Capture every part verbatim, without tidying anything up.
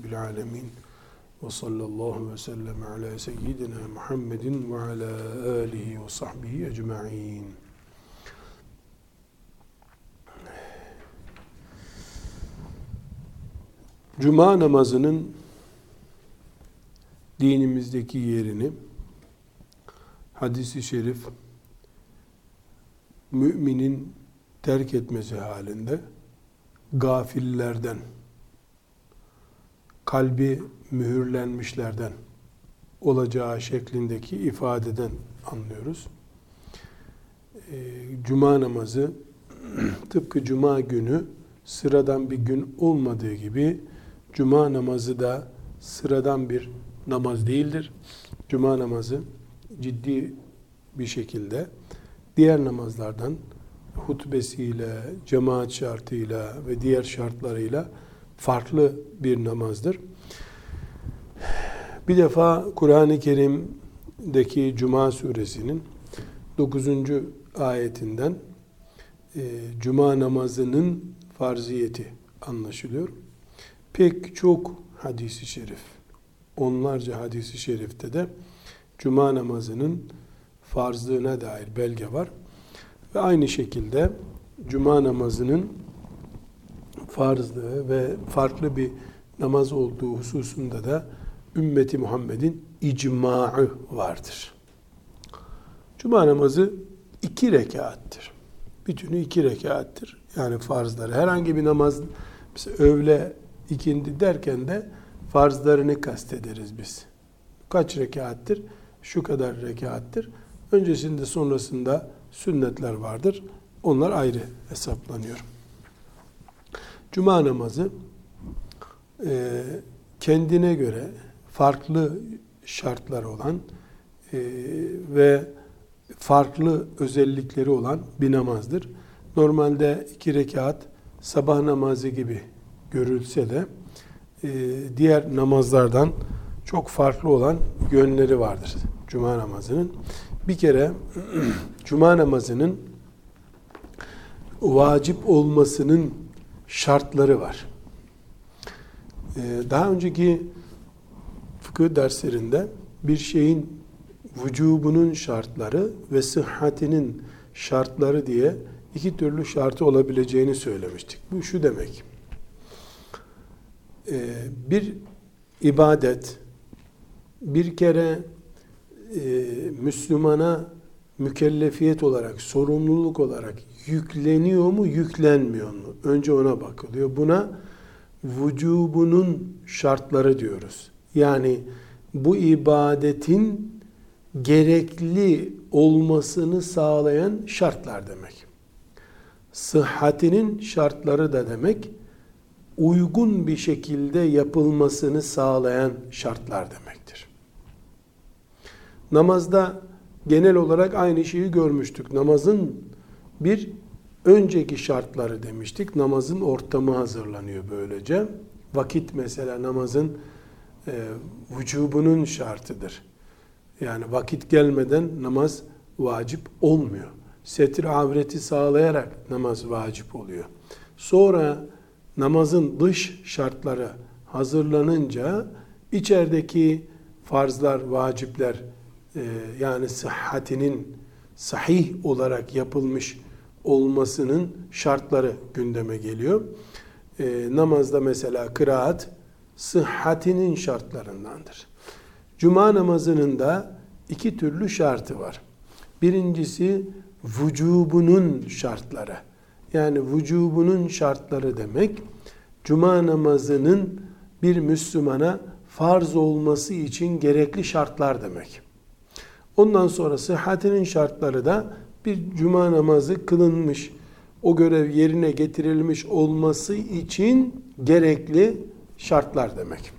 Rabbil alemin. Ve sallallahu ve sellem ala seyyidina Muhammedin ve ala alihi ve sahbihi ecma'in. Cuma namazının dinimizdeki yerini hadis-i şerif müminin terk etmesi halinde gafillerden, kalbi mühürlenmişlerden olacağı şeklindeki ifadeden anlıyoruz. Cuma namazı tıpkı cuma günü sıradan bir gün olmadığı gibi cuma namazı da sıradan bir namaz değildir. Cuma namazı ciddi bir şekilde diğer namazlardan hutbesiyle, cemaat şartıyla ve diğer şartlarıyla farklı bir namazdır. Bir defa Kur'an-ı Kerim'deki Cuma suresinin dokuzuncu ayetinden e, Cuma namazının farziyeti anlaşılıyor. Pek çok hadis-i şerif, onlarca hadis-i şerifte de Cuma namazının farzlığına dair belge var. Ve aynı şekilde Cuma namazının farzlığı ve farklı bir namaz olduğu hususunda da ümmeti Muhammed'in icmaı vardır. Cuma namazı iki rekattır. Bütünü iki rekattır. Yani farzları. Herhangi bir namaz, mesela öğle, ikindi derken de farzlarını kastederiz biz. Kaç rekattır? Şu kadar rekattır. Öncesinde sonrasında sünnetler vardır. Onlar ayrı hesaplanıyor. Cuma namazı e, kendine göre farklı şartlar olan e, ve farklı özellikleri olan bir namazdır. Normalde iki rekat sabah namazı gibi görülse de e, diğer namazlardan çok farklı olan yönleri vardır Cuma namazının. Bir kere Cuma namazının vacip olmasının şartları var. Daha önceki fıkıh derslerinde bir şeyin vücubunun şartları ve sıhhatinin şartları diye iki türlü şartı olabileceğini söylemiştik. Bu şu demek: bir ibadet bir kere e, Müslümana mükellefiyet olarak, sorumluluk olarak yükleniyor mu, yüklenmiyor mu? Önce ona bakılıyor. Buna vücubunun şartları diyoruz. Yani bu ibadetin gerekli olmasını sağlayan şartlar demek. Sıhhatinin şartları da demek, uygun bir şekilde yapılmasını sağlayan şartlar demektir. Namazda genel olarak aynı şeyi görmüştük. Namazın bir önceki şartları demiştik. Namazın ortamı hazırlanıyor böylece. Vakit mesela namazın e, vücubunun şartıdır. Yani vakit gelmeden namaz vacip olmuyor. Setir avreti sağlayarak namaz vacip oluyor. Sonra namazın dış şartları hazırlanınca içerideki farzlar, vacipler e, yani sıhhatinin sahih olarak yapılmış olmasının şartları gündeme geliyor. E, namazda mesela kıraat sıhhatinin şartlarındandır. Cuma namazının da iki türlü şartı var. Birincisi vücubunun şartları. Yani vücubunun şartları demek, Cuma namazının bir Müslümana farz olması için gerekli şartlar demek. Ondan sonra sıhhatinin şartları da bir Cuma namazı kılınmış, o görev yerine getirilmiş olması için gerekli şartlar demek.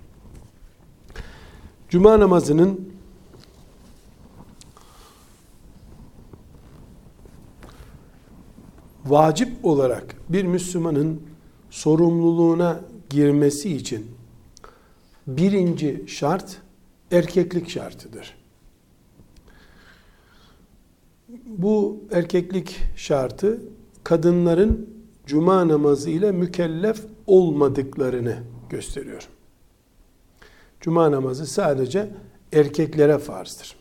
Cuma namazının vacip olarak bir Müslümanın sorumluluğuna girmesi için birinci şart erkeklik şartıdır. Bu erkeklik şartı kadınların cuma namazı ile mükellef olmadıklarını gösteriyor. Cuma namazı sadece erkeklere farzdır.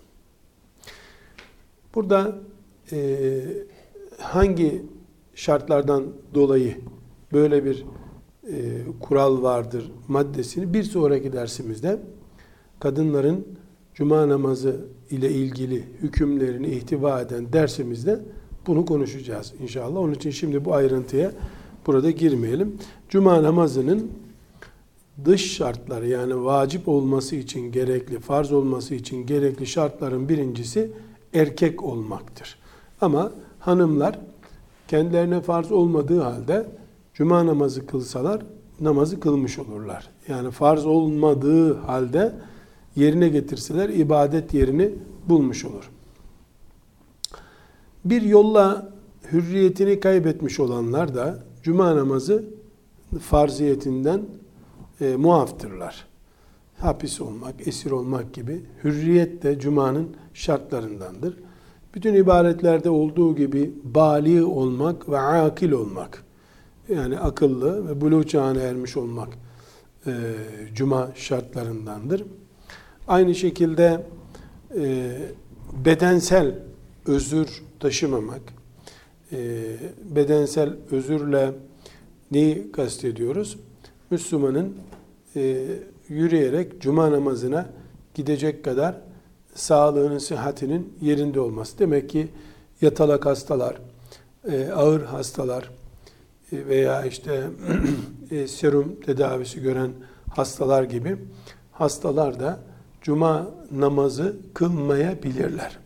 Burada e, hangi şartlardan dolayı böyle bir e, kural vardır maddesini bir sonraki dersimizde kadınların Cuma namazı ile ilgili hükümlerini ihtiva eden dersimizde bunu konuşacağız inşallah. Onun için şimdi bu ayrıntıya burada girmeyelim. Cuma namazının dış şartları, yani vacip olması için gerekli, farz olması için gerekli şartların birincisi erkek olmaktır. Ama hanımlar kendilerine farz olmadığı halde Cuma namazı kılsalar namazı kılmış olurlar. Yani farz olmadığı halde yerine getirseler ibadet yerini bulmuş olur. Bir yolla hürriyetini kaybetmiş olanlar da Cuma namazı farziyetinden e, muaftırlar. Hapis olmak, esir olmak gibi hürriyet de Cuma'nın şartlarındandır. Bütün ibaretlerde olduğu gibi bâli olmak ve akil olmak, yani akıllı ve buluğ çağına ermiş olmak e, Cuma şartlarındandır. Aynı şekilde e, bedensel özür taşımamak, e, bedensel özürle neyi kastediyoruz? Müslümanın e, yürüyerek Cuma namazına gidecek kadar sağlığının, sıhhatinin yerinde olması. Demek ki yatalak hastalar, e, ağır hastalar e, veya işte e, serum tedavisi gören hastalar gibi hastalar da Cuma namazı kılmayabilirler.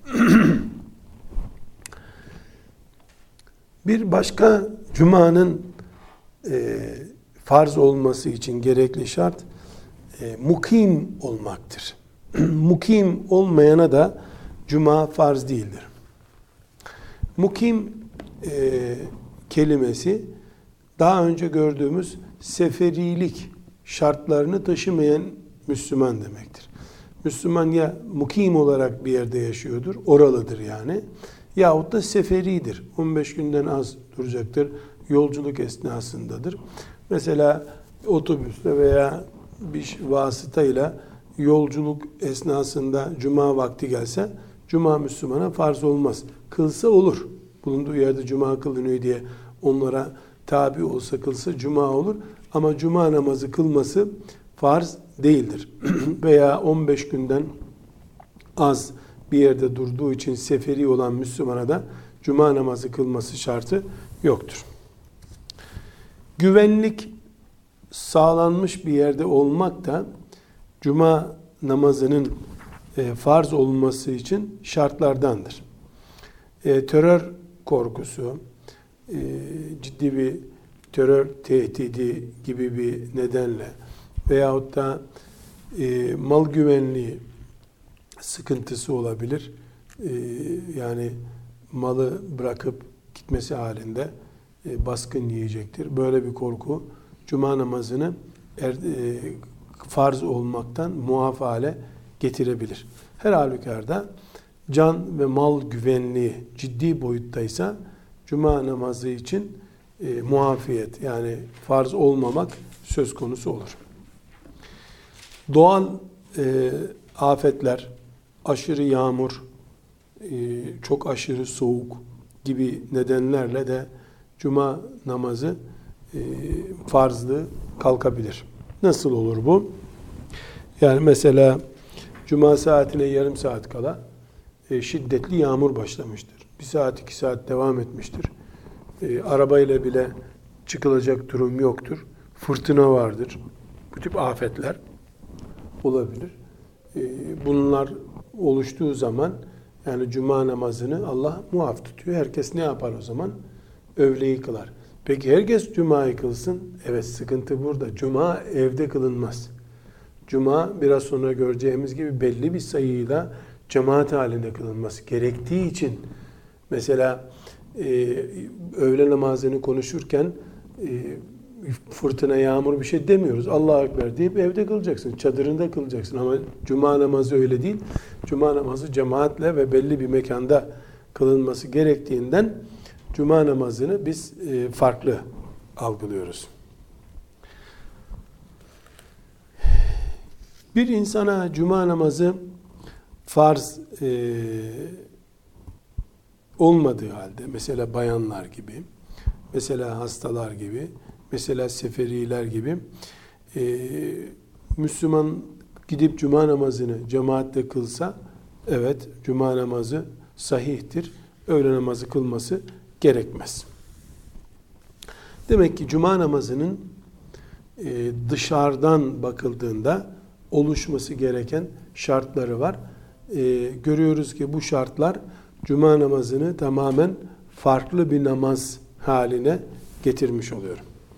Bir başka Cuma'nın e, farz olması için gerekli şart e, mukim olmaktır. Mukim olmayana da Cuma farz değildir. Mukim e, kelimesi daha önce gördüğümüz seferilik şartlarını taşımayan Müslüman demektir. Müslüman ya mukim olarak bir yerde yaşıyordur, oralıdır yani. Yahut da seferidir. on beş günden az duracaktır. Yolculuk esnasındadır. Mesela otobüste veya bir vasıtayla yolculuk esnasında Cuma vakti gelse, Cuma Müslümana farz olmaz. Kılsa olur. Bulunduğu yerde Cuma kılınıyor diye onlara tabi olsa kılsa Cuma olur. Ama Cuma namazı kılması farz değildir. Veya on beş günden az bir yerde durduğu için seferi olan Müslümana da Cuma namazı kılması şartı yoktur. Güvenlik sağlanmış bir yerde olmak da Cuma namazının e, farz olması için şartlardandır. E, terör korkusu, e, ciddi bir terör tehdidi gibi bir nedenle veyahut da e, mal güvenliği sıkıntısı olabilir. E, yani malı bırakıp gitmesi halinde e, baskın yiyecektir. Böyle bir korku Cuma namazını er, e, farz olmaktan muaf hale getirebilir. Her halükarda can ve mal güvenliği ciddi boyuttaysa Cuma namazı için e, muafiyet, yani farz olmamak söz konusu olur. Doğal e, afetler, aşırı yağmur, e, çok aşırı soğuk gibi nedenlerle de Cuma namazı e, farzlığı kalkabilir. Nasıl olur bu? Yani mesela Cuma saatine yarım saat kala e, şiddetli yağmur başlamıştır. Bir saat, iki saat devam etmiştir. E, arabayla bile çıkılacak durum yoktur. Fırtına vardır. Bu tip afetler olabilir. E, bunlar oluştuğu zaman yani Cuma namazını Allah muaf tutuyor. Herkes ne yapar o zaman? Öğleyi kılar. Peki herkes Cuma'yı kılsın. Evet, sıkıntı burada. Cuma evde kılınmaz. Cuma biraz sonra göreceğimiz gibi belli bir sayıyla cemaat halinde kılınması gerektiği için mesela e, öğle namazını konuşurken e, fırtına, yağmur bir şey demiyoruz. Allahu Ekber deyip evde kılacaksın. Çadırında kılacaksın. Ama Cuma namazı öyle değil. Cuma namazı cemaatle ve belli bir mekanda kılınması gerektiğinden Cuma namazını biz e, farklı algılıyoruz. Bir insana cuma namazı farz e, olmadığı halde, mesela bayanlar gibi, mesela hastalar gibi, mesela seferiler gibi, e, Müslüman gidip cuma namazını cemaatle kılsa, evet cuma namazı sahihtir. Öğle namazı kılması gerekmez. Demek ki cuma namazının e, dışarıdan bakıldığında oluşması gereken şartları var. E, görüyoruz ki bu şartlar cuma namazını tamamen farklı bir namaz haline getirmiş oluyor.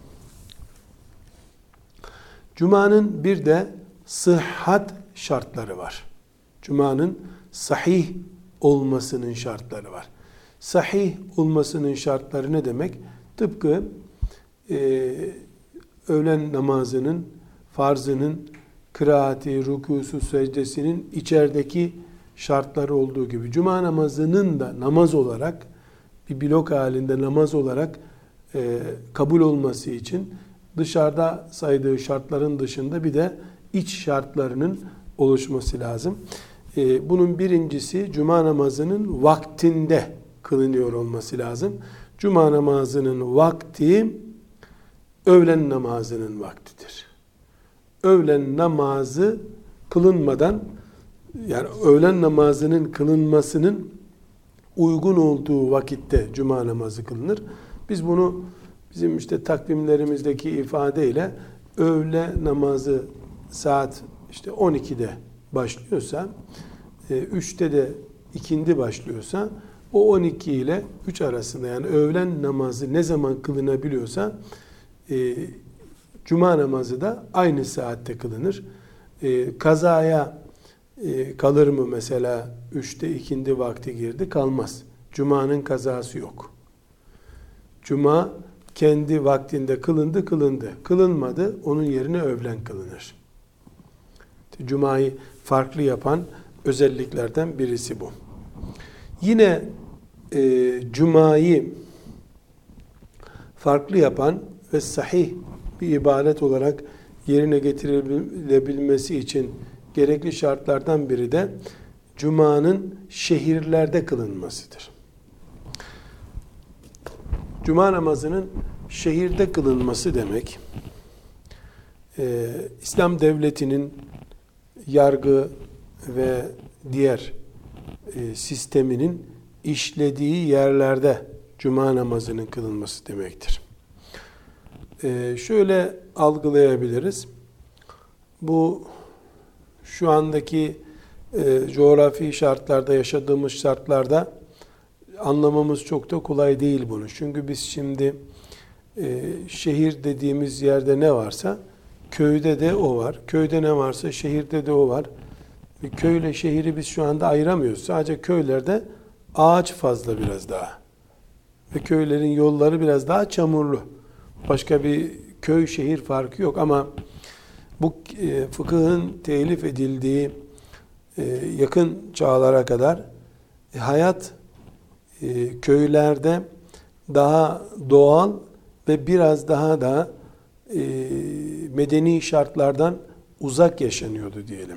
Cuma'nın bir de sıhhat şartları var. Cuma'nın sahih olmasının şartları var. Sahih olmasının şartları ne demek? Tıpkı e, öğlen namazının, farzının, kıraati, rükûsu, secdesinin içerideki şartları olduğu gibi cuma namazının da namaz olarak, bir blok halinde namaz olarak e, kabul olması için dışarıda saydığı şartların dışında bir de iç şartlarının oluşması lazım. E, bunun birincisi cuma namazının vaktinde kılınıyor olması lazım. Cuma namazının vakti öğlen namazının vaktidir. Öğlen namazı kılınmadan, yani öğlen namazının kılınmasının uygun olduğu vakitte cuma namazı kılınır. Biz bunu bizim işte takvimlerimizdeki ifadeyle öğle namazı saat işte on ikide başlıyorsa, üçte de ikindi başlıyorsa, o on iki ile üç arasında, yani öğlen namazı ne zaman kılınabiliyorsa e, cuma namazı da aynı saatte kılınır. E, kazaya e, kalır mı mesela, üçte ikindi vakti girdi, kalmaz. Cuma'nın kazası yok. Cuma kendi vaktinde kılındı kılındı. Kılınmadı, onun yerine öğlen kılınır. Cuma'yı farklı yapan özelliklerden birisi bu. Yine e, Cuma'yı farklı yapan ve sahih bir ibadet olarak yerine getirilebilmesi için gerekli şartlardan biri de Cuma'nın şehirlerde kılınmasıdır. Cuma namazının şehirde kılınması demek, e, İslam devletinin yargı ve diğer e, sisteminin işlediği yerlerde cuma namazının kılınması demektir. E, şöyle algılayabiliriz. Bu şu andaki e, coğrafi şartlarda, yaşadığımız şartlarda anlamamız çok da kolay değil bunu. Çünkü biz şimdi e, şehir dediğimiz yerde ne varsa köyde de o var. Köyde ne varsa şehirde de o var. Ve köyle şehri biz şu anda ayıramıyoruz. Sadece köylerde ağaç fazla biraz daha. Ve köylerin yolları biraz daha çamurlu. Başka bir köy şehir farkı yok ama bu e, fıkıhın telif edildiği e, yakın çağlara kadar e, hayat e, köylerde daha doğal ve biraz daha da e, medeni şartlardan uzak yaşanıyordu diyelim.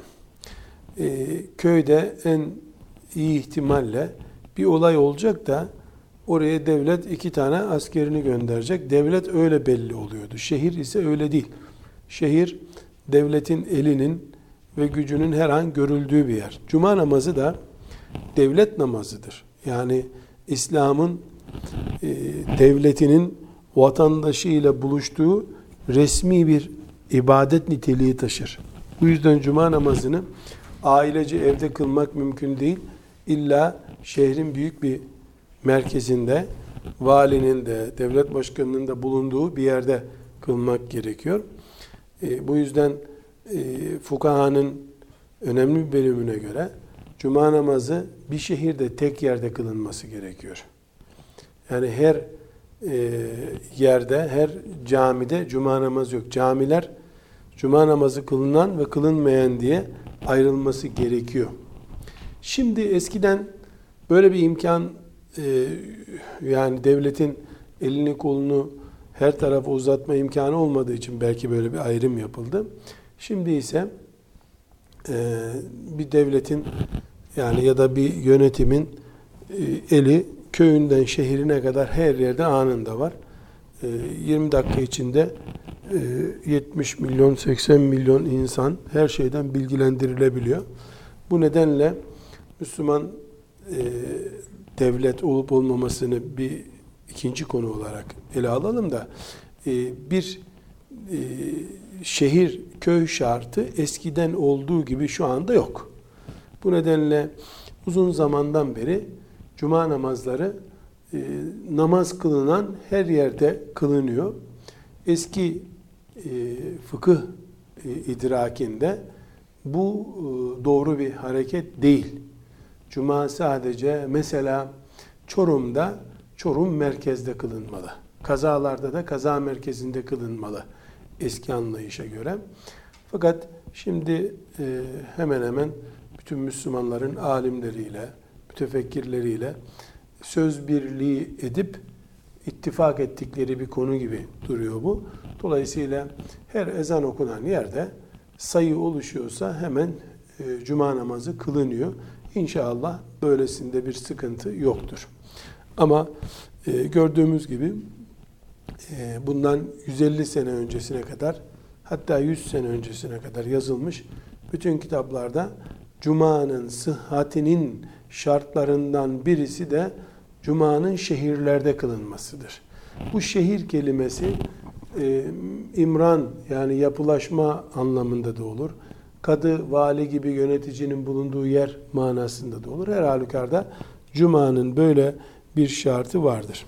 E, köyde en iyi ihtimalle bir olay olacak da oraya devlet iki tane askerini gönderecek. Devlet öyle belli oluyordu. Şehir ise öyle değil. Şehir devletin elinin ve gücünün her an görüldüğü bir yer. Cuma namazı da devlet namazıdır. Yani İslam'ın e, devletinin vatandaşı ile buluştuğu resmi bir ibadet niteliği taşır. Bu yüzden cuma namazını ailece evde kılmak mümkün değil. İlla şehrin büyük bir merkezinde, valinin de, devlet başkanının da bulunduğu bir yerde kılmak gerekiyor. E, bu yüzden e, fukahanın önemli bir bölümüne göre cuma namazı bir şehirde tek yerde kılınması gerekiyor. Yani her e, yerde, her camide cuma namazı yok. Camiler cuma namazı kılınan ve kılınmayan diye ayrılması gerekiyor. Şimdi eskiden böyle bir imkan, e, yani devletin elini kolunu her tarafa uzatma imkanı olmadığı için belki böyle bir ayrım yapıldı. Şimdi ise e, bir devletin yani ya da bir yönetimin e, eli köyünden şehrine kadar her yerde anında var. E, yirmi dakika içinde e, yetmiş milyon seksen milyon insan her şeyden bilgilendirilebiliyor. Bu nedenle Müslüman e, devlet olup olmamasını bir ikinci konu olarak ele alalım da e, bir e, şehir köy şartı eskiden olduğu gibi şu anda yok. Bu nedenle uzun zamandan beri cuma namazları e, namaz kılınan her yerde kılınıyor. Eski e, fıkıh e, idrakinde bu e, doğru bir hareket değil. Cuma sadece mesela Çorum'da Çorum merkezde kılınmalı. Kazalarda da kaza merkezinde kılınmalı eski anlayışa göre. Fakat şimdi e, hemen hemen bütün Müslümanların alimleriyle, mütefekkirleriyle söz birliği edip ittifak ettikleri bir konu gibi duruyor bu. Dolayısıyla her ezan okunan yerde sayı oluşuyorsa hemen e, cuma namazı kılınıyor. İnşallah böylesinde bir sıkıntı yoktur. Ama e, gördüğümüz gibi e, bundan yüz elli sene öncesine kadar hatta yüz sene öncesine kadar yazılmış bütün kitaplarda Cuma'nın sıhhatinin şartlarından birisi de Cuma'nın şehirlerde kılınmasıdır. Bu şehir kelimesi e, imran yani yapılaşma anlamında da olur. Kadı, vali gibi yöneticinin bulunduğu yer manasında da olur. Her halükarda Cuma'nın böyle bir şartı vardır.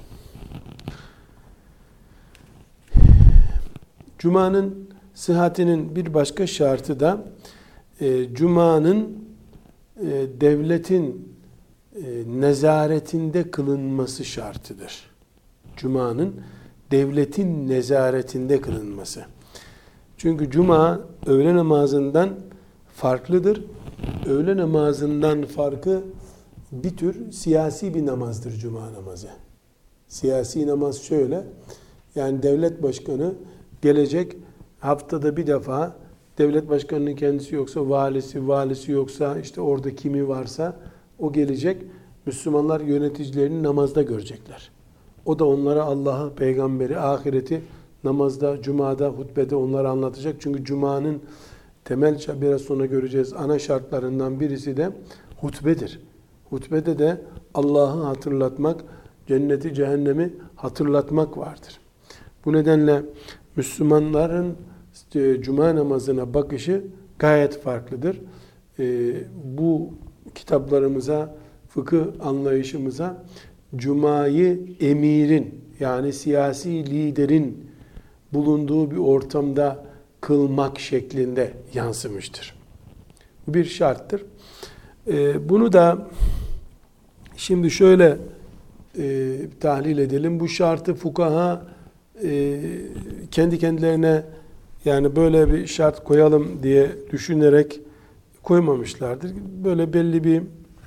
Cuma'nın sıhhatinin bir başka şartı da e, Cuma'nın e, devletin e, nezaretinde kılınması şartıdır. Cuma'nın devletin nezaretinde kılınması. Çünkü Cuma öğle namazından farklıdır. Öğle namazından farkı bir tür siyasi bir namazdır Cuma namazı. Siyasi namaz şöyle, yani devlet başkanı gelecek haftada bir defa, devlet başkanının kendisi yoksa valisi, valisi yoksa işte orada kimi varsa o gelecek. Müslümanlar yöneticilerini namazda görecekler. O da onlara Allah'ı, peygamberi, ahireti namazda, cumada, hutbede onlara anlatacak. Çünkü cumanın temel, biraz sonra göreceğiz, ana şartlarından birisi de hutbedir. Hutbede de Allah'ı hatırlatmak, cenneti, cehennemi hatırlatmak vardır. Bu nedenle Müslümanların işte, cuma namazına bakışı gayet farklıdır. Ee, bu kitaplarımıza, fıkıh anlayışımıza cumayı emirin yani siyasi liderin bulunduğu bir ortamda kılmak şeklinde yansımıştır. Bu bir şarttır. Ee, bunu da şimdi şöyle e, tahlil edelim. Bu şartı fukaha e, kendi kendilerine yani böyle bir şart koyalım diye düşünerek koymamışlardır. Böyle belli bir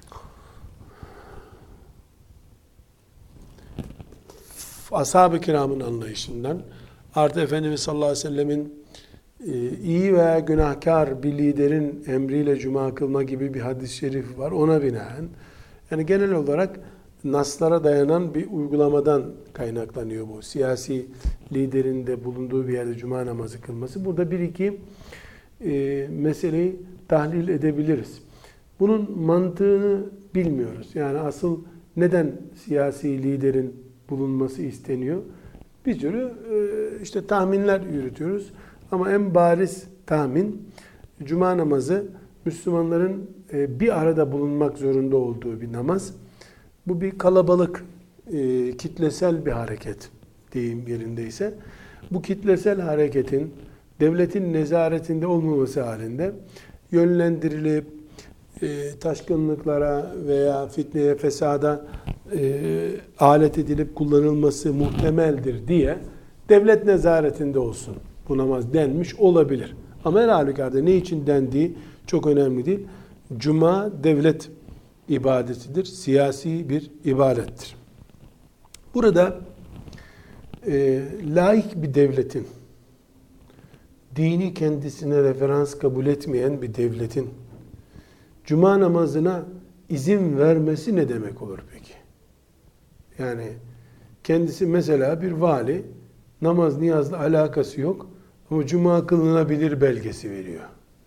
ashab-ı kiramın anlayışından artı Efendimiz sallallahu aleyhi ve sellemin iyi veya günahkar bir liderin emriyle cuma kılma gibi bir hadis-i şerif var. Ona binaen yani genel olarak naslara dayanan bir uygulamadan kaynaklanıyor bu. Siyasi liderin de bulunduğu bir yerde cuma namazı kılması. Burada bir iki e, meseleyi tahlil edebiliriz. Bunun mantığını bilmiyoruz. Yani asıl neden siyasi liderin bulunması isteniyor? Bir sürü e, işte tahminler yürütüyoruz. Ama en bariz tahmin, cuma namazı Müslümanların e, bir arada bulunmak zorunda olduğu bir namaz. Bu bir kalabalık, e, kitlesel bir hareket deyim yerindeyse. Bu kitlesel hareketin devletin nezaretinde olmaması halinde yönlendirilip e, taşkınlıklara veya fitneye, fesada e, alet edilip kullanılması muhtemeldir diye devlet nezaretinde olsun bu namaz denmiş olabilir. Ama her halükarda ne için dendiği çok önemli değil. Cuma devlet ibadetidir. Siyasi bir ibadettir. Burada e, laik bir devletin dini kendisine referans kabul etmeyen bir devletin cuma namazına izin vermesi ne demek olur peki? Yani kendisi mesela bir vali, namaz niyazla alakası yok ama cuma kılınabilir belgesi veriyor.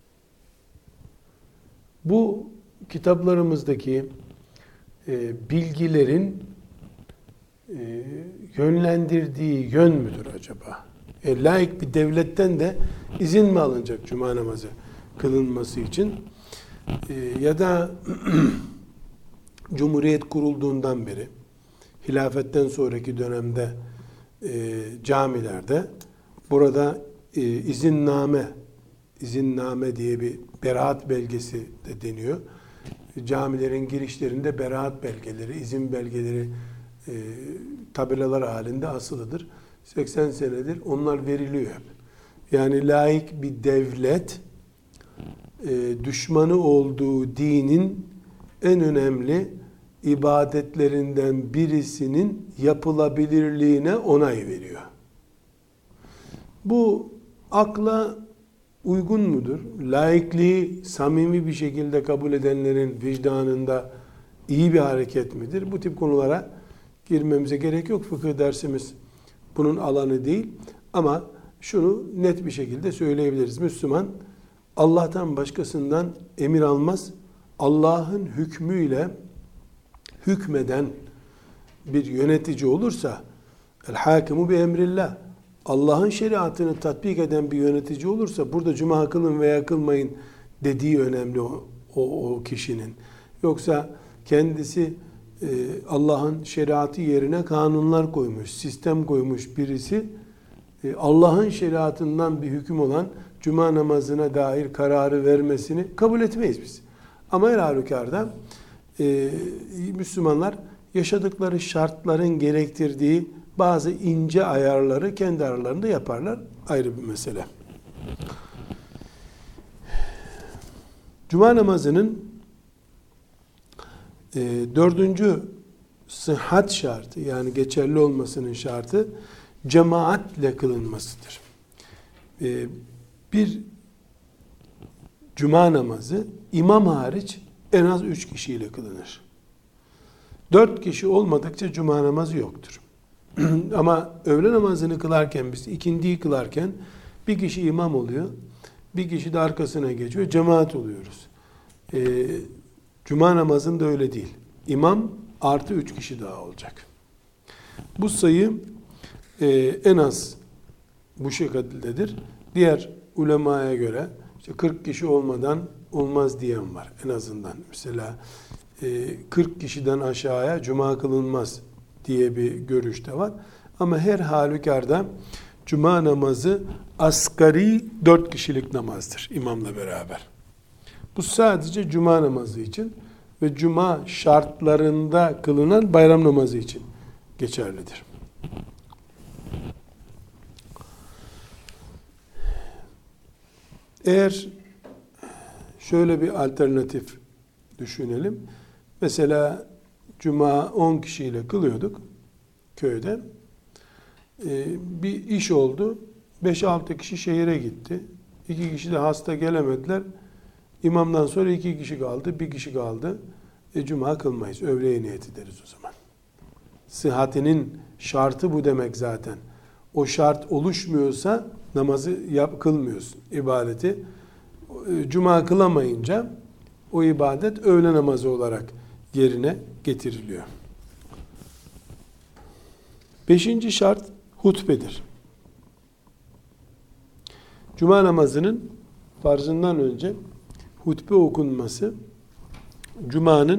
Bu kitaplarımızdaki e, bilgilerin e, yönlendirdiği yön müdür acaba? E, laik bir devletten de izin mi alınacak cuma namazı kılınması için? E, ya da Cumhuriyet kurulduğundan beri, hilafetten sonraki dönemde e, camilerde burada e, izinname, izinname diye bir beraat belgesi de deniyor. Camilerin girişlerinde beraat belgeleri, izin belgeleri e, tabelalar halinde asılıdır. seksen senedir onlar veriliyor hep. Yani laik bir devlet e, düşmanı olduğu dinin en önemli ibadetlerinden birisinin yapılabilirliğine onay veriyor. Bu akla uygun mudur? Laikliği samimi bir şekilde kabul edenlerin vicdanında iyi bir hareket midir? Bu tip konulara girmemize gerek yok. Fıkıh dersimiz bunun alanı değil. Ama şunu net bir şekilde söyleyebiliriz. Müslüman Allah'tan başkasından emir almaz. Allah'ın hükmüyle hükmeden bir yönetici olursa, el hakimu bi emrillah, Allah'ın şeriatını tatbik eden bir yönetici olursa, burada cuma kılın veya kılmayın dediği önemli o, o, o kişinin. Yoksa kendisi e, Allah'ın şeriatı yerine kanunlar koymuş, sistem koymuş birisi, e, Allah'ın şeriatından bir hüküm olan cuma namazına dair kararı vermesini kabul etmeyiz biz. Ama her halükarda e, Müslümanlar yaşadıkları şartların gerektirdiği bazı ince ayarları kendi aralarında yaparlar. Ayrı bir mesele. Cuma namazının e, dördüncü sıhhat şartı, yani geçerli olmasının şartı cemaatle kılınmasıdır. E, bir cuma namazı imam hariç en az üç kişiyle kılınır. Dört kişi olmadıkça cuma namazı yoktur. Ama öğle namazını kılarken, biz ikindiyi kılarken bir kişi imam oluyor, bir kişi de arkasına geçiyor, cemaat oluyoruz. Ee, cuma namazında öyle değil. İmam artı üç kişi daha olacak. Bu sayı e, en az bu şekildedir. Diğer ulemaya göre işte kırk kişi olmadan olmaz diyen var en azından. Mesela e, kırk kişiden aşağıya cuma kılınmaz diye bir görüş de var. Ama her halükarda cuma namazı asgari dört kişilik namazdır imamla beraber. Bu sadece cuma namazı için ve cuma şartlarında kılınan bayram namazı için geçerlidir. Eğer şöyle bir alternatif düşünelim. Mesela cuma on kişiyle kılıyorduk köyde. Ee, bir iş oldu. beş altı kişi şehire gitti. iki kişi de hasta gelemediler. İmamdan sonra iki kişi kaldı. Bir kişi kaldı. E, cuma kılmayız. Öğleye niyet ederiz o zaman. Sıhhatinin şartı bu demek zaten. O şart oluşmuyorsa namazı yap, kılmıyorsun. İbadeti. Cuma kılamayınca o ibadet öğle namazı olarak yerine getiriliyor. Beşinci şart hutbedir. Cuma namazının farzından önce hutbe okunması, Cuma'nın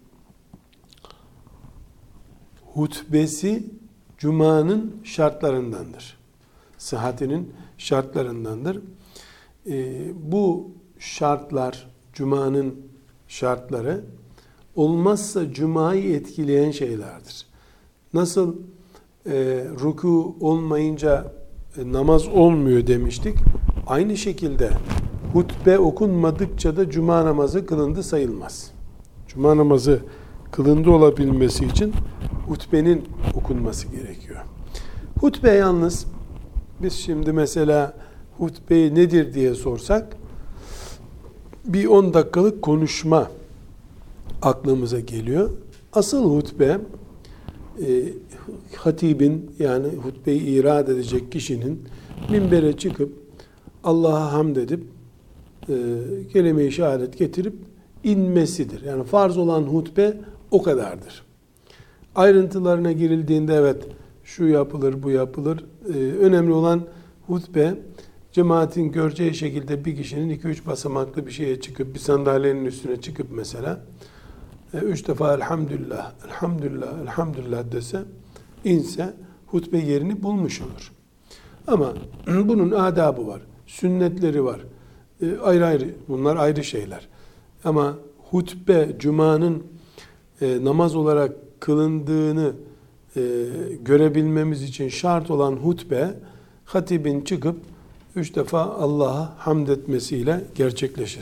hutbesi Cuma'nın şartlarındandır. Sıhhatinin şartlarındandır. Ee, bu şartlar, Cuma'nın şartları olmazsa Cuma'yı etkileyen şeylerdir. Nasıl e, ruku olmayınca e, namaz olmuyor demiştik. Aynı şekilde hutbe okunmadıkça da Cuma namazı kılındı sayılmaz. Cuma namazı kılındı olabilmesi için hutbenin okunması gerekiyor. Hutbe yalnız, biz şimdi mesela hutbe nedir diye sorsak, bir on dakikalık konuşma aklımıza geliyor. Asıl hutbe, e, hatibin, yani hutbeyi irad edecek kişinin minbere çıkıp Allah'a hamd edip e, kelime-i şehadet getirip inmesidir. Yani farz olan hutbe o kadardır. Ayrıntılarına girildiğinde evet şu yapılır, bu yapılır. Ee, önemli olan hutbe, cemaatin göreceği şekilde bir kişinin iki üç basamaklı bir şeye çıkıp, bir sandalyenin üstüne çıkıp mesela e, üç defa elhamdülillah, elhamdülillah, elhamdülillah dese, inse hutbe yerini bulmuş olur. Ama bunun adabı var, sünnetleri var. E, ayrı ayrı, bunlar ayrı şeyler. Ama hutbe, Cuma'nın e, namaz olarak kılındığını e, görebilmemiz için şart olan hutbe, hatibin çıkıp üç defa Allah'a hamd etmesiyle gerçekleşir.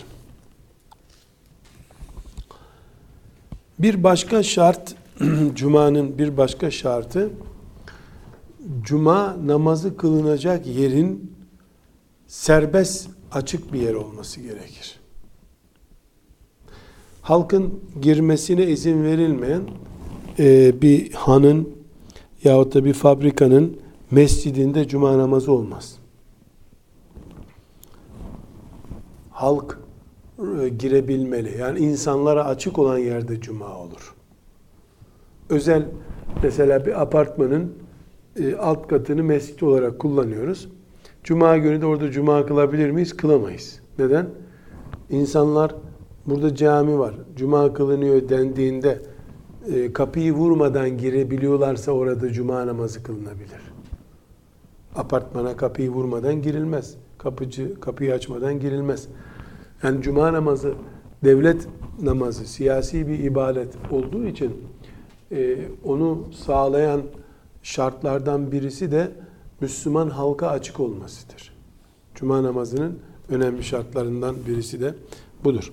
Bir başka şart, Cuma'nın bir başka şartı, Cuma namazı kılınacak yerin serbest, açık bir yer olması gerekir. Halkın girmesine izin verilmeyen e, bir hanın yahut da bir fabrikanın mescidinde cuma namazı olmaz. Halk e, girebilmeli. Yani insanlara açık olan yerde cuma olur. Özel, mesela bir apartmanın e, alt katını mescit olarak kullanıyoruz. Cuma günü de orada cuma kılabilir miyiz? Kılamayız. Neden? İnsanlar, burada cami var, cuma kılınıyor dendiğinde e, kapıyı vurmadan girebiliyorlarsa orada cuma namazı kılınabilir. Apartmana kapıyı vurmadan girilmez. Kapıcı kapıyı açmadan girilmez. Yani cuma namazı devlet namazı, siyasi bir ibadet olduğu için e, onu sağlayan şartlardan birisi de Müslüman halka açık olmasıdır. Cuma namazının önemli şartlarından birisi de budur.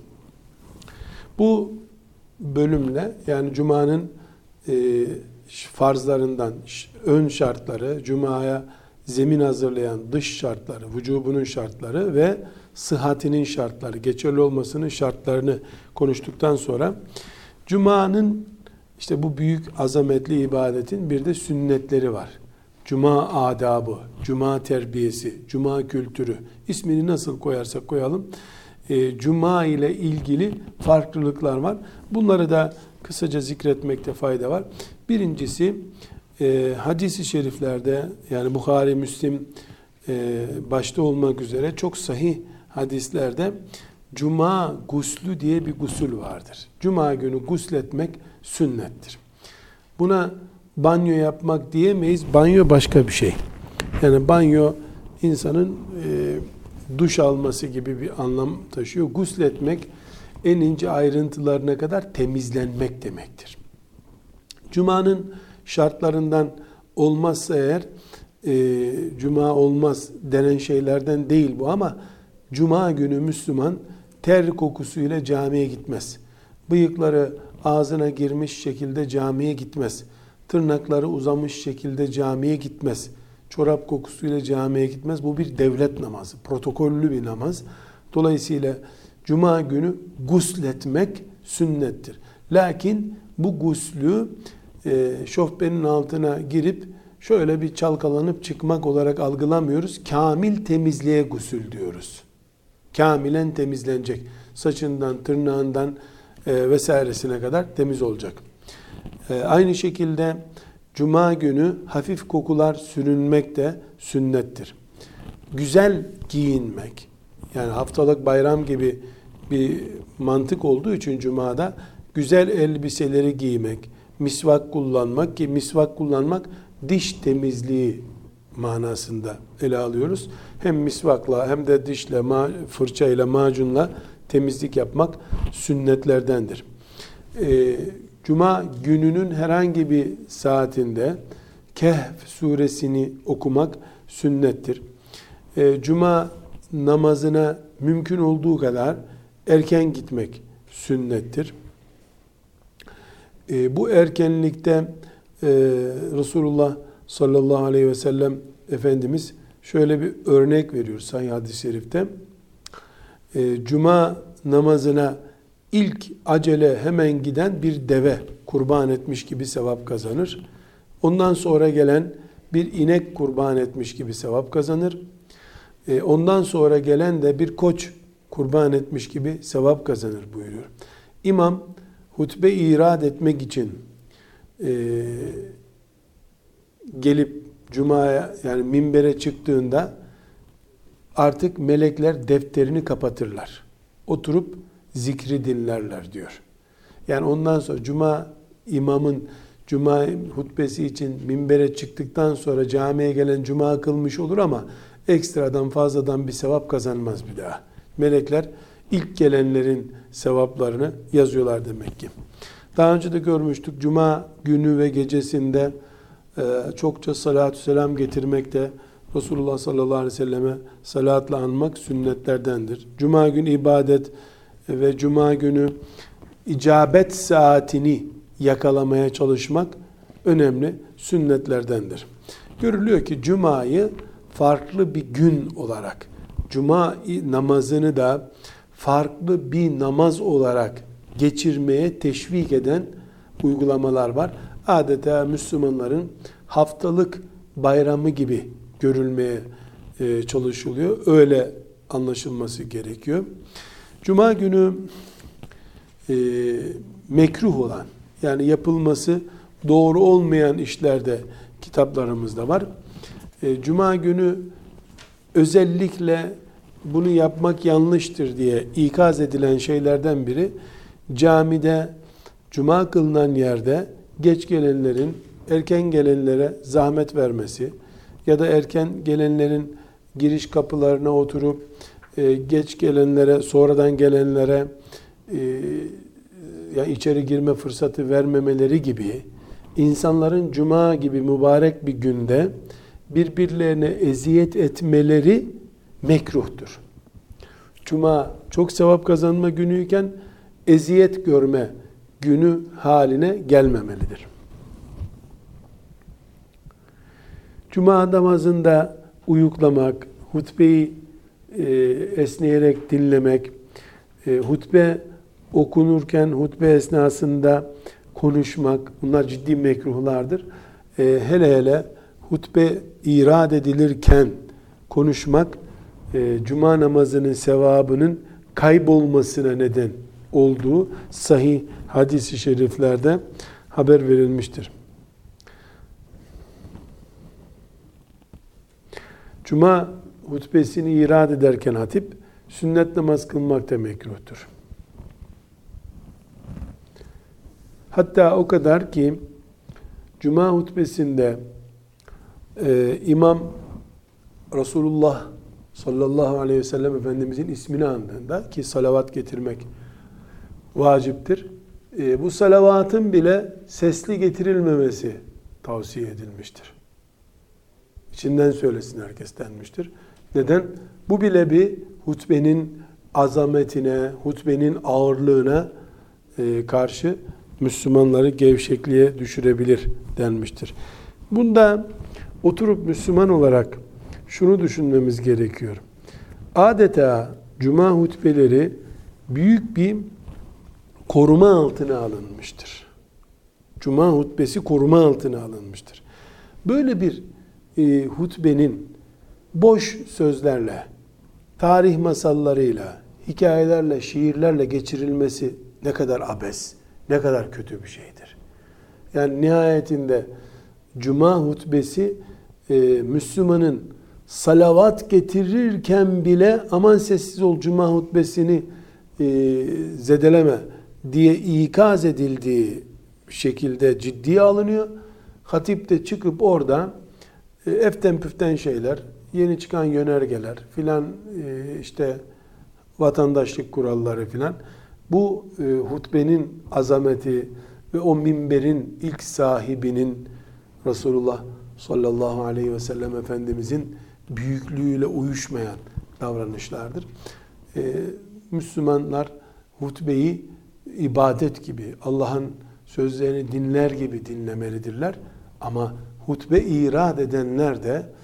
Bu bölümle, yani Cuma'nın e, farzlarından ön şartları, Cuma'ya zemin hazırlayan dış şartları, vücubunun şartları ve sıhhatinin şartları, geçerli olmasının şartlarını konuştuktan sonra, Cuma'nın işte bu büyük azametli ibadetin bir de sünnetleri var. Cuma adabı, Cuma terbiyesi, Cuma kültürü, ismini nasıl koyarsak koyalım, e, Cuma ile ilgili farklılıklar var. Bunları da kısaca zikretmekte fayda var. Birincisi, e, hadis-i şeriflerde, yani Bukhari, Müslim e, başta olmak üzere çok sahih hadislerde Cuma guslü diye bir gusül vardır. Cuma günü gusletmek sünnettir. Buna banyo yapmak diyemeyiz. Banyo başka bir şey. Yani banyo insanın e, duş alması gibi bir anlam taşıyor. Gusletmek en ince ayrıntılarına kadar temizlenmek demektir. Cuma'nın şartlarından olmazsa eğer e, Cuma olmaz denen şeylerden değil bu, ama Cuma günü Müslüman ter kokusuyla camiye gitmez. Bıyıkları ağzına girmiş şekilde camiye gitmez. Tırnakları uzamış şekilde camiye gitmez. Çorap kokusuyla camiye gitmez. Bu bir devlet namazı, protokollü bir namaz. Dolayısıyla Cuma günü gusletmek sünnettir. Lakin bu guslü e, şofbenin altına girip şöyle bir çalkalanıp çıkmak olarak algılamıyoruz. Kamil temizliğe gusül diyoruz. Kamilen temizlenecek. Saçından, tırnağından e, vesairesine kadar temiz olacak. E, aynı şekilde Cuma günü hafif kokular sürünmek de sünnettir. Güzel giyinmek, yani haftalık bayram gibi bir mantık olduğu için Cuma'da güzel elbiseleri giymek, misvak kullanmak, ki misvak kullanmak diş temizliği manasında ele alıyoruz. Hem misvakla hem de dişle, fırçayla, macunla temizlik yapmak sünnetlerdendir. Ee, Cuma gününün herhangi bir saatinde Kehf suresini okumak sünnettir. Ee, Cuma namazına mümkün olduğu kadar erken gitmek sünnettir. Ee, bu erkenlikte e, Resulullah sallallahu aleyhi ve sellem Efendimiz şöyle bir örnek veriyor Sahih hadis-i şerifte. E, Cuma namazına ilk acele hemen giden bir deve kurban etmiş gibi sevap kazanır. Ondan sonra gelen bir inek kurban etmiş gibi sevap kazanır. E, ondan sonra gelen de bir koç kurban etmiş gibi sevap kazanır buyuruyor. İmam hutbe irad etmek için e, gelip Cuma'ya yani minbere çıktığında artık melekler defterini kapatırlar. Oturup zikri dinlerler diyor. Yani ondan sonra Cuma imamın Cuma hutbesi için minbere çıktıktan sonra camiye gelen Cuma kılmış olur ama ekstradan fazladan bir sevap kazanmaz bir daha. Melekler ilk gelenlerin sevaplarını yazıyorlar demek ki. Daha önce de görmüştük. Cuma günü ve gecesinde e, çokça salatü selam getirmekte, Resulullah sallallahu aleyhi ve selleme salatla anmak sünnetlerdendir. Cuma günü ibadet ve Cuma günü icabet saatini yakalamaya çalışmak önemli sünnetlerdendir. Görülüyor ki Cuma'yı farklı bir gün olarak, Cuma namazını da farklı bir namaz olarak geçirmeye teşvik eden uygulamalar var. Adeta Müslümanların haftalık bayramı gibi görülmeye çalışılıyor. Öyle anlaşılması gerekiyor. Cuma günü e, mekruh olan, yani yapılması doğru olmayan işlerde kitaplarımızda var. E, Cuma günü özellikle bunu yapmak yanlıştır diye ikaz edilen şeylerden biri, camide Cuma kılınan yerde geç gelenlerin erken gelenlere zahmet vermesi ya da erken gelenlerin giriş kapılarına oturup e, geç gelenlere, sonradan gelenlere e, yani içeri girme fırsatı vermemeleri gibi insanların Cuma gibi mübarek bir günde birbirlerine eziyet etmeleri mekruhtur. Cuma çok sevap kazanma günüyken eziyet görme günü haline gelmemelidir. Cuma namazında uyuklamak, hutbeyi e, esneyerek dinlemek, e, hutbe okunurken hutbe esnasında konuşmak, bunlar ciddi mekruhlardır. E, hele hele hutbe irad edilirken konuşmak, e, Cuma namazının sevabının kaybolmasına neden olduğu sahih hadis-i şeriflerde haber verilmiştir. Cuma hutbesini irad ederken hatip, sünnet namaz kılmak da mekruhtur. Hatta o kadar ki Cuma hutbesinde e, imam Resulullah sallallahu aleyhi ve sellem Efendimizin ismini andığında, ki salavat getirmek vaciptir, e, bu salavatın bile sesli getirilmemesi tavsiye edilmiştir. İçinden söylesin herkes denmiştir. Neden? Bu bile bir hutbenin azametine, hutbenin ağırlığına e, karşı Müslümanları gevşekliğe düşürebilir denmiştir. Bunda oturup Müslüman olarak şunu düşünmemiz gerekiyor. Adeta Cuma hutbeleri büyük bir koruma altına alınmıştır. Cuma hutbesi koruma altına alınmıştır. Böyle bir e, hutbenin boş sözlerle, tarih masallarıyla, hikayelerle, şiirlerle geçirilmesi ne kadar abes, ne kadar kötü bir şeydir. Yani nihayetinde Cuma hutbesi e, Müslümanın salavat getirirken bile aman sessiz ol, Cuma hutbesini e, zedeleme diye ikaz edildiği şekilde ciddiye alınıyor. Hatip de çıkıp orada e, eften püften şeyler, yeni çıkan yönergeler filan, e, işte vatandaşlık kuralları filan, bu e, hutbenin azameti ve o minberin ilk sahibinin Resulullah sallallahu aleyhi ve sellem Efendimizin büyüklüğüyle uyuşmayan davranışlardır. Ee, Müslümanlar hutbeyi ibadet gibi, Allah'ın sözlerini dinler gibi dinlemelidirler. Ama hutbe irad edenler de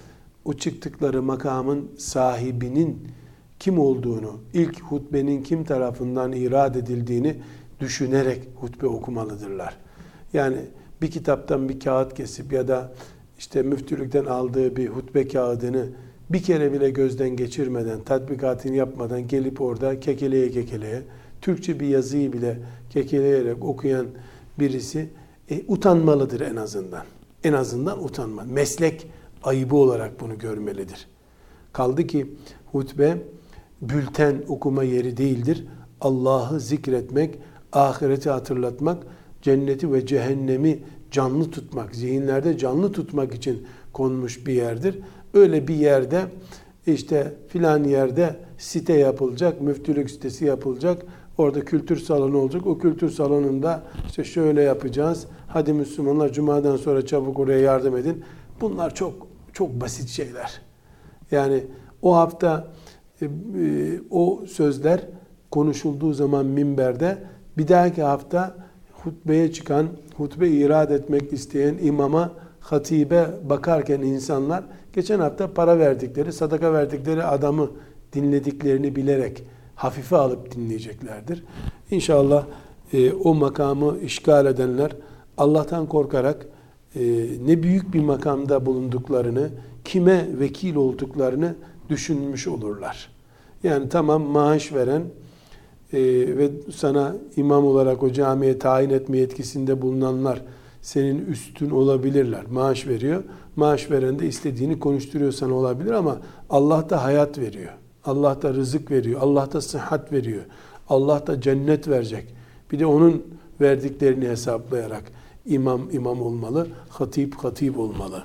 o çıktıkları makamın sahibinin kim olduğunu, ilk hutbenin kim tarafından irad edildiğini düşünerek hutbe okumalıdırlar. Yani bir kitaptan bir kağıt kesip ya da işte müftülükten aldığı bir hutbe kağıdını bir kere bile gözden geçirmeden, tatbikatını yapmadan gelip orada kekeleye kekeleye, Türkçe bir yazıyı bile kekeleyerek okuyan birisi e, utanmalıdır en azından. En azından utanmalı. Meslek ayıbı olarak bunu görmelidir. Kaldı ki hutbe bülten okuma yeri değildir. Allah'ı zikretmek, ahireti hatırlatmak, cenneti ve cehennemi canlı tutmak, zihinlerde canlı tutmak için konmuş bir yerdir. Öyle bir yerde işte filan yerde site yapılacak, müftülük sitesi yapılacak, orada kültür salonu olacak. O kültür salonunda işte şöyle yapacağız. Hadi Müslümanlar Cuma'dan sonra çabuk oraya yardım edin. Bunlar çok çok basit şeyler. Yani o hafta e, e, o sözler konuşulduğu zaman minberde, bir dahaki hafta hutbeye çıkan, hutbe irad etmek isteyen imama, hatibe bakarken insanlar geçen hafta para verdikleri, sadaka verdikleri adamı dinlediklerini bilerek hafife alıp dinleyeceklerdir. İnşallah e, o makamı işgal edenler Allah'tan korkarak e, ne büyük bir makamda bulunduklarını, kime vekil olduklarını düşünmüş olurlar. Yani tamam, maaş veren e, ve sana imam olarak o camiye tayin etme yetkisinde bulunanlar senin üstün olabilirler. Maaş veriyor. Maaş veren de istediğini konuşturuyor sana olabilir ama Allah da hayat veriyor. Allah da rızık veriyor. Allah da sıhhat veriyor. Allah da cennet verecek. Bir de onun verdiklerini hesaplayarak imam imam olmalı, hatip hatip olmalı.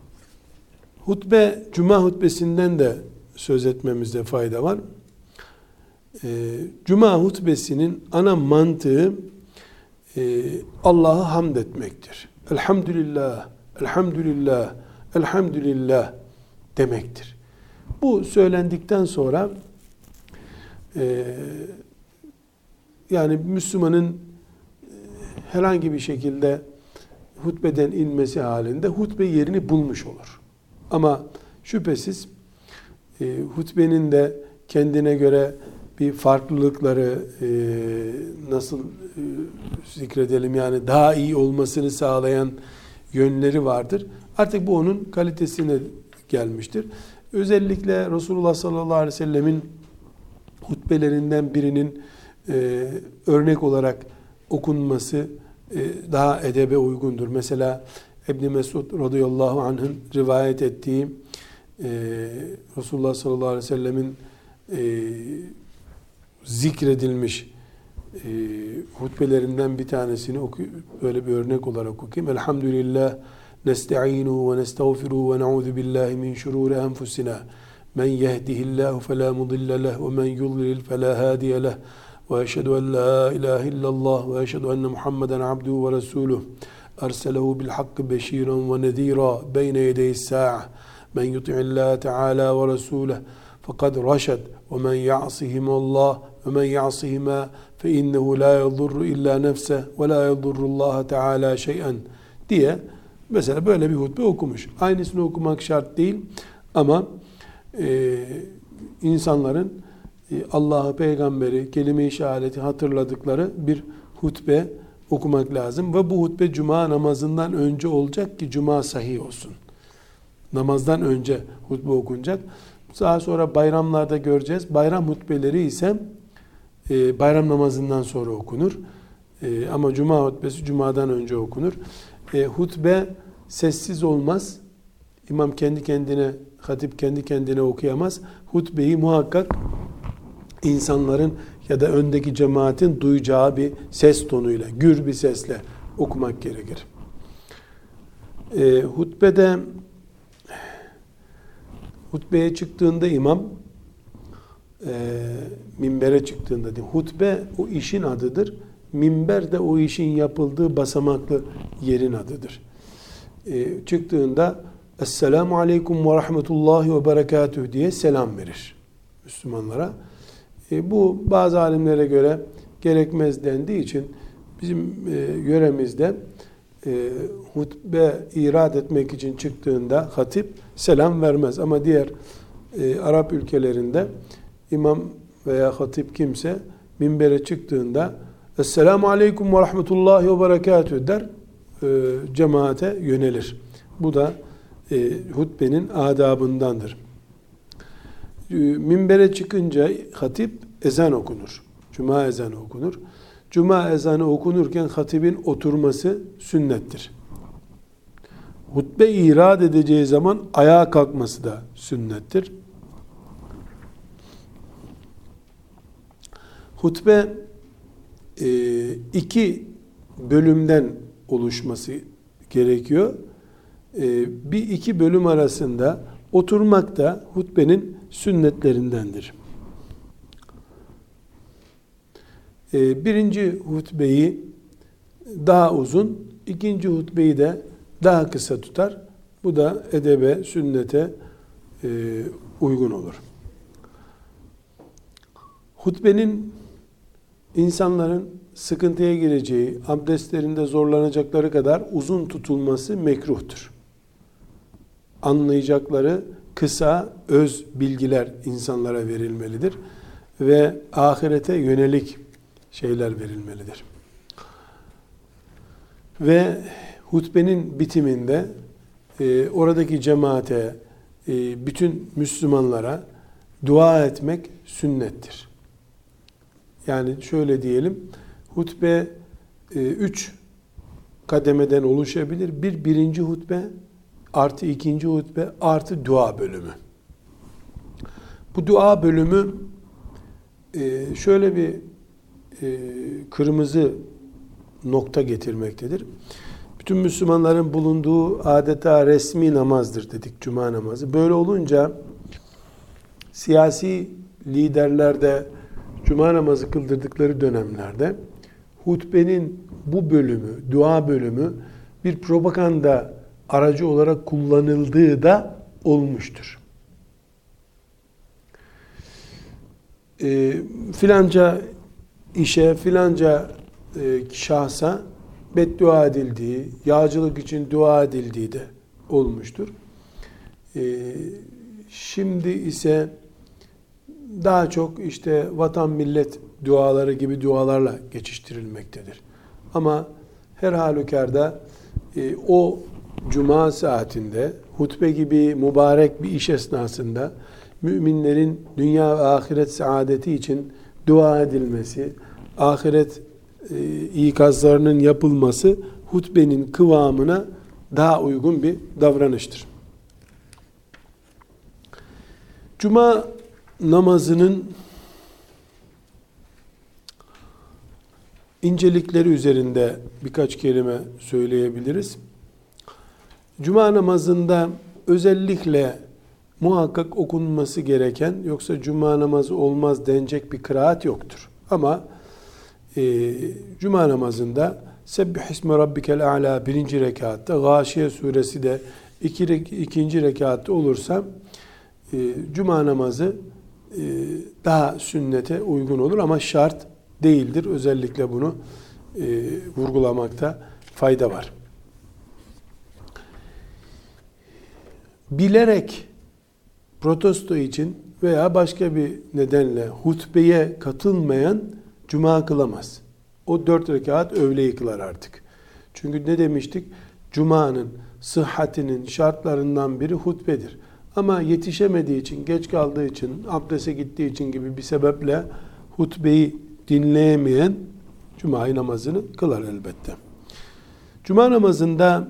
Hutbe, Cuma hutbesinden de söz etmemizde fayda var. Ee, Cuma hutbesinin ana mantığı e, Allah'a hamd etmektir. Elhamdülillah, elhamdülillah, elhamdülillah demektir. Bu söylendikten sonra e, yani Müslümanın e, herhangi bir şekilde hutbeden inmesi halinde hutbe yerini bulmuş olur. Ama şüphesiz e, hutbenin de kendine göre bir farklılıkları e, nasıl e, zikredelim, yani daha iyi olmasını sağlayan yönleri vardır. Artık bu onun kalitesine gelmiştir. Özellikle Resulullah sallallahu aleyhi ve sellemin hutbelerinden birinin e, örnek olarak okunması e, daha edebe uygundur. Mesela İbn Mesud radıyallahu anh'ın rivayet ettiği e, Resulullah sallallahu aleyhi ve sellemin e, zikredilmiş e, hutbelerinden bir tanesini oku, böyle bir örnek olarak okuyayım. Elhamdülillah nesta'inu ve nestağfiru ve na'udhu billahi min şururi enfusina men yehdihillahu fela mudille leh ve men yudlil fela hadiye leh ve eşhedü en la ilahe illallah ve eşhedü enne Muhammeden abduhu ve resuluh erselehu bil hakkı beşiran ve nezira beyne yedeyi's sa'a men yuti'illah teala ve resuluh fakat raşed ve men ya'sihimullah ve men ya'sihima fe innehu la yadurru illa nefse ve la yadurrullaha teala şey'en diye mesela böyle bir hutbe okumuş. Aynısını okumak şart değil ama e, insanların e, Allah'ı, peygamberi, kelime-i şehadeti hatırladıkları bir hutbe okumak lazım. Ve bu hutbe Cuma namazından önce olacak ki Cuma sahih olsun. Namazdan önce hutbe okunacak. Daha sonra bayramlarda göreceğiz. Bayram hutbeleri ise e, bayram namazından sonra okunur. E, ama Cuma hutbesi Cuma'dan önce okunur. E, hutbe sessiz olmaz. İmam kendi kendine, hatip kendi kendine okuyamaz. Hutbeyi muhakkak insanların ya da öndeki cemaatin duyacağı bir ses tonuyla, gür bir sesle okumak gerekir. E, hutbede hutbeye çıktığında imam, e, minbere çıktığında değil, hutbe o işin adıdır. Minber de o işin yapıldığı basamaklı yerin adıdır. E, çıktığında Esselamu Aleyküm ve Rahmetullahi ve Berekatüh diye selam verir Müslümanlara. E, bu bazı alimlere göre gerekmez dendiği için bizim e, yöremizde e, hutbe irad etmek için çıktığında hatip selam vermez. Ama diğer e, Arap ülkelerinde imam veya hatip kimse minbere çıktığında Esselamu Aleyküm ve Rahmetullahi ve Berekatühü der, e, cemaate yönelir. Bu da e, hutbenin adabındandır. E, minbere çıkınca hatip ezan okunur. Cuma ezanı okunur. Cuma ezanı okunurken hatibin oturması sünnettir. Hutbe irad edeceği zaman ayağa kalkması da sünnettir. Hutbe e, iki bölümden oluşması gerekiyor. E, bir iki bölüm arasında oturmak da hutbenin sünnetlerindendir. E, birinci hutbeyi daha uzun, ikinci hutbeyi de daha kısa tutar. Bu da edebe, sünnete e, uygun olur. Hutbenin insanların sıkıntıya gireceği, abdestlerinde zorlanacakları kadar uzun tutulması mekruhtur. Anlayacakları kısa, öz bilgiler insanlara verilmelidir ve ahirete yönelik şeyler verilmelidir. Ve hutbenin bitiminde e, oradaki cemaate, e, bütün Müslümanlara dua etmek sünnettir. Yani şöyle diyelim, hutbe e, üç kademeden oluşabilir. Bir, birinci hutbe, artı ikinci hutbe, artı dua bölümü. Bu dua bölümü e, şöyle bir e, kırmızı nokta getirmektedir. Bütün Müslümanların bulunduğu adeta resmi namazdır dedik, cuma namazı. Böyle olunca siyasi liderler de cuma namazı kıldırdıkları dönemlerde hutbenin bu bölümü, dua bölümü bir propaganda aracı olarak kullanıldığı da olmuştur. E, filanca işe, filanca e, şahsa beddua edildiği, yağcılık için dua edildiği de olmuştur. E, şimdi ise daha çok işte vatan millet duaları gibi dualarla geçiştirilmektedir. Ama her halükarda e, o cuma saatinde hutbe gibi mübarek bir iş esnasında müminlerin dünya ve ahiret saadeti için dua edilmesi, ahiret e, ikazlarının yapılması hutbenin kıvamına daha uygun bir davranıştır. Cuma namazının incelikleri üzerinde birkaç kelime söyleyebiliriz. Cuma namazında özellikle muhakkak okunması gereken, yoksa cuma namazı olmaz denecek bir kıraat yoktur. Ama e, cuma namazında Sebbihisme Rabbikel A'la birinci rekatta, Gâşiye suresi de iki, ikinci rekatta olursa e, cuma namazı e, daha sünnete uygun olur ama şart değildir. Özellikle bunu e, vurgulamakta fayda var. Bilerek protesto için veya başka bir nedenle hutbeye katılmayan cuma kılamaz. O dört rekat öğleyi kılar artık. Çünkü ne demiştik? Cuma'nın sıhhatinin şartlarından biri hutbedir. Ama yetişemediği için, geç kaldığı için, abdeste gittiği için gibi bir sebeple hutbeyi dinleyemeyen cuma namazını kılar elbette. Cuma namazında